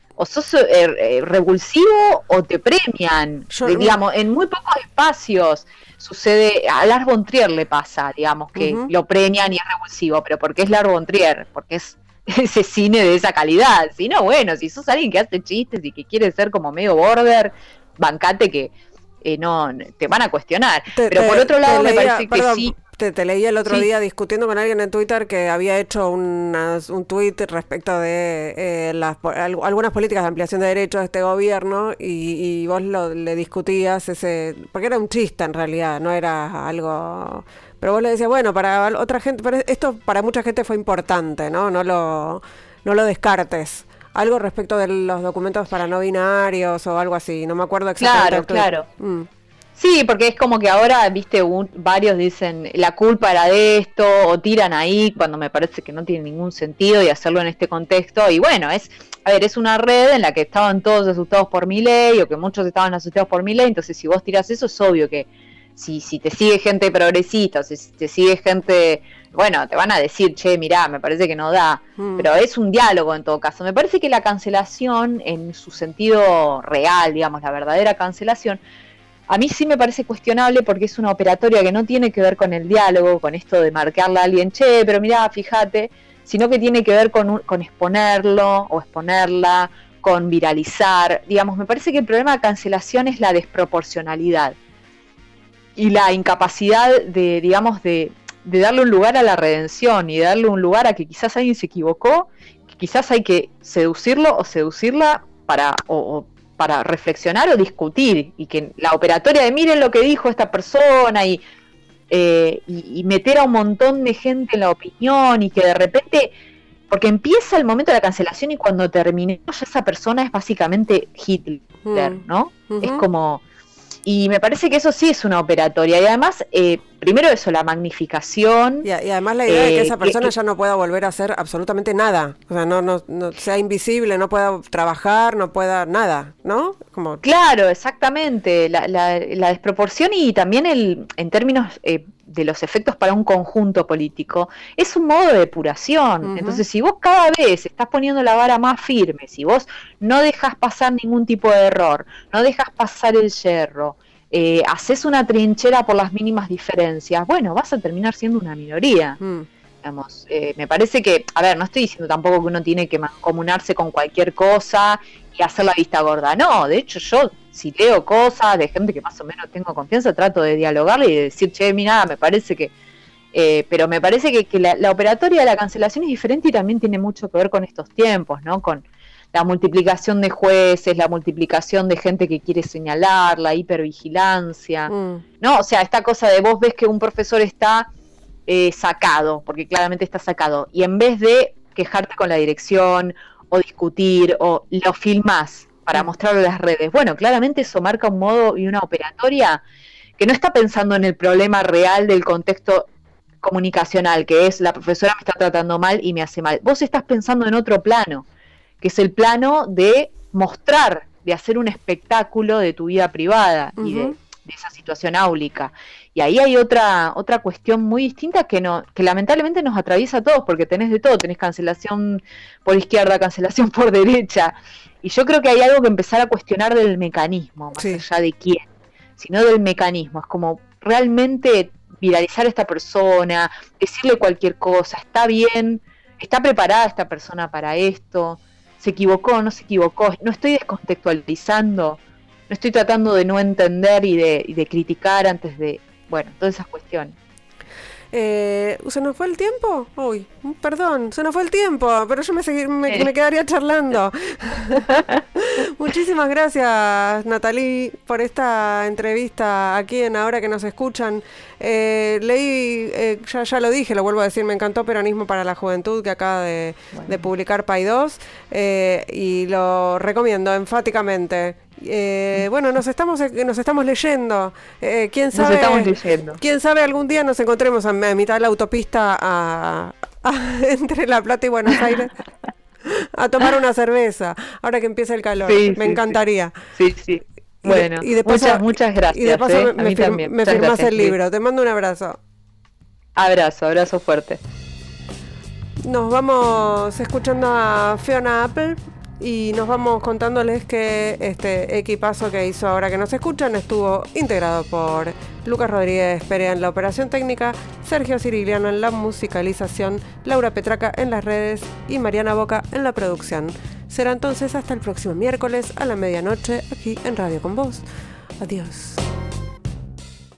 revulsivo o te premian, digamos, en muy pocos espacios sucede, a Lars von Trier le pasa, digamos, que lo premian y es revulsivo, pero porque es Lars von Trier, porque es ese cine de esa calidad. Si no, bueno, si sos alguien que hace chistes y que quiere ser como medio border, bancate que no te van a cuestionar, pero por otro lado me parece que sí. Te leí el otro día discutiendo con alguien en Twitter que había hecho un tuit respecto de algunas políticas de ampliación de derechos de este gobierno y vos le discutías porque era un chiste en realidad, no era algo. Pero vos le decías, bueno, para otra gente, esto para mucha gente fue importante, ¿no? No lo descartes. Algo respecto de los documentos para no binarios o algo así, no me acuerdo exactamente. Claro. Sí, porque es como que ahora, viste, varios dicen la culpa era de esto, o tiran ahí, cuando me parece que no tiene ningún sentido y hacerlo en este contexto. Y bueno, es una red en la que estaban todos asustados por Milei, o que muchos estaban asustados por Milei, entonces si vos tirás eso, es obvio que si te sigue gente progresista, o si te sigue gente, bueno, te van a decir, mirá, me parece que no da, pero es un diálogo en todo caso. Me parece que la cancelación, en su sentido real, digamos, la verdadera cancelación, a mí sí me parece cuestionable porque es una operatoria que no tiene que ver con el diálogo, con esto de marcarle a alguien, pero mirá, fíjate, sino que tiene que ver con exponerlo o exponerla, con viralizar. Digamos, me parece que el problema de cancelación es la desproporcionalidad y la incapacidad de darle un lugar a la redención y de darle un lugar a que quizás alguien se equivocó, que quizás hay que seducirlo o seducirla para reflexionar o discutir, y que la operatoria de miren lo que dijo esta persona y meter a un montón de gente en la opinión, y que de repente, porque empieza el momento de la cancelación y cuando terminó ya esa persona es básicamente Hitler, ¿no? Es como... Y me parece que eso sí es una operatoria. Y además, primero eso, la magnificación. Y además la idea de que esa persona ya no pueda volver a hacer absolutamente nada. O sea, no sea invisible, no pueda trabajar, no pueda nada, ¿no? Como... Claro, exactamente. La desproporción y también en términos de los efectos para un conjunto político, es un modo de depuración. Entonces, si vos cada vez estás poniendo la vara más firme, si vos no dejas pasar ningún tipo de error, no dejas pasar el yerro, haces una trinchera por las mínimas diferencias, bueno, vas a terminar siendo una minoría. Digamos, me parece que, a ver, no estoy diciendo tampoco que uno tiene que mancomunarse con cualquier cosa y hacer la vista gorda, no, de hecho yo si leo cosas de gente que más o menos tengo confianza, trato de dialogarle y de decir, che, mira, me parece que, pero me parece que la operatoria de la cancelación es diferente y también tiene mucho que ver con estos tiempos, ¿no? Con la multiplicación de jueces, la multiplicación de gente que quiere señalar, la hipervigilancia, ¿no? O sea, esta cosa de vos ves que un profesor está sacado, porque claramente está sacado, y en vez de quejarte con la dirección o discutir o lo filmás para mostrarlo en las redes, bueno, claramente eso marca un modo y una operatoria que no está pensando en el problema real del contexto comunicacional, que es la profesora me está tratando mal y me hace mal. Vos estás pensando en otro plano, que es el plano de mostrar, de hacer un espectáculo de tu vida privada y de esa situación áulica. Y ahí hay otra cuestión muy distinta que lamentablemente nos atraviesa a todos, porque tenés de todo, tenés cancelación por izquierda, cancelación por derecha. Y yo creo que hay algo que empezar a cuestionar del mecanismo, más allá de quién, sino del mecanismo. Es como realmente viralizar a esta persona, decirle cualquier cosa, está bien, está preparada esta persona para esto, se equivocó, no se equivocó, no estoy descontextualizando, no estoy tratando de no entender y de criticar antes de, bueno, todas esas cuestiones. ¿Se nos fue el tiempo? Uy, perdón, se nos fue el tiempo, pero yo me quedaría charlando. Muchísimas gracias, Nathalie, por esta entrevista aquí en Ahora que nos escuchan. Leí, ya lo dije, lo vuelvo a decir, me encantó Peronismo para la Juventud, que acaba de publicar Paidós, y lo recomiendo enfáticamente. Bueno, nos estamos leyendo. ¿Quién sabe algún día nos encontremos a mitad de la autopista entre La Plata y Buenos Aires a tomar una cerveza ahora que empieza el calor? Me encaría. Sí. Bueno, y de paso, muchas gracias. Y de paso me firmás el libro. Te mando un abrazo. Abrazo fuerte. Nos vamos escuchando a Fiona Apple y nos vamos contándoles que este equipazo que hizo Ahora que nos escuchan estuvo integrado por Lucas Rodríguez Perea en la operación técnica, Sergio Cirigliano en la musicalización, Laura Petraca en las redes y Mariana Boca en la producción. Será entonces hasta el próximo miércoles a la medianoche aquí en Radio Con Vos. Adiós.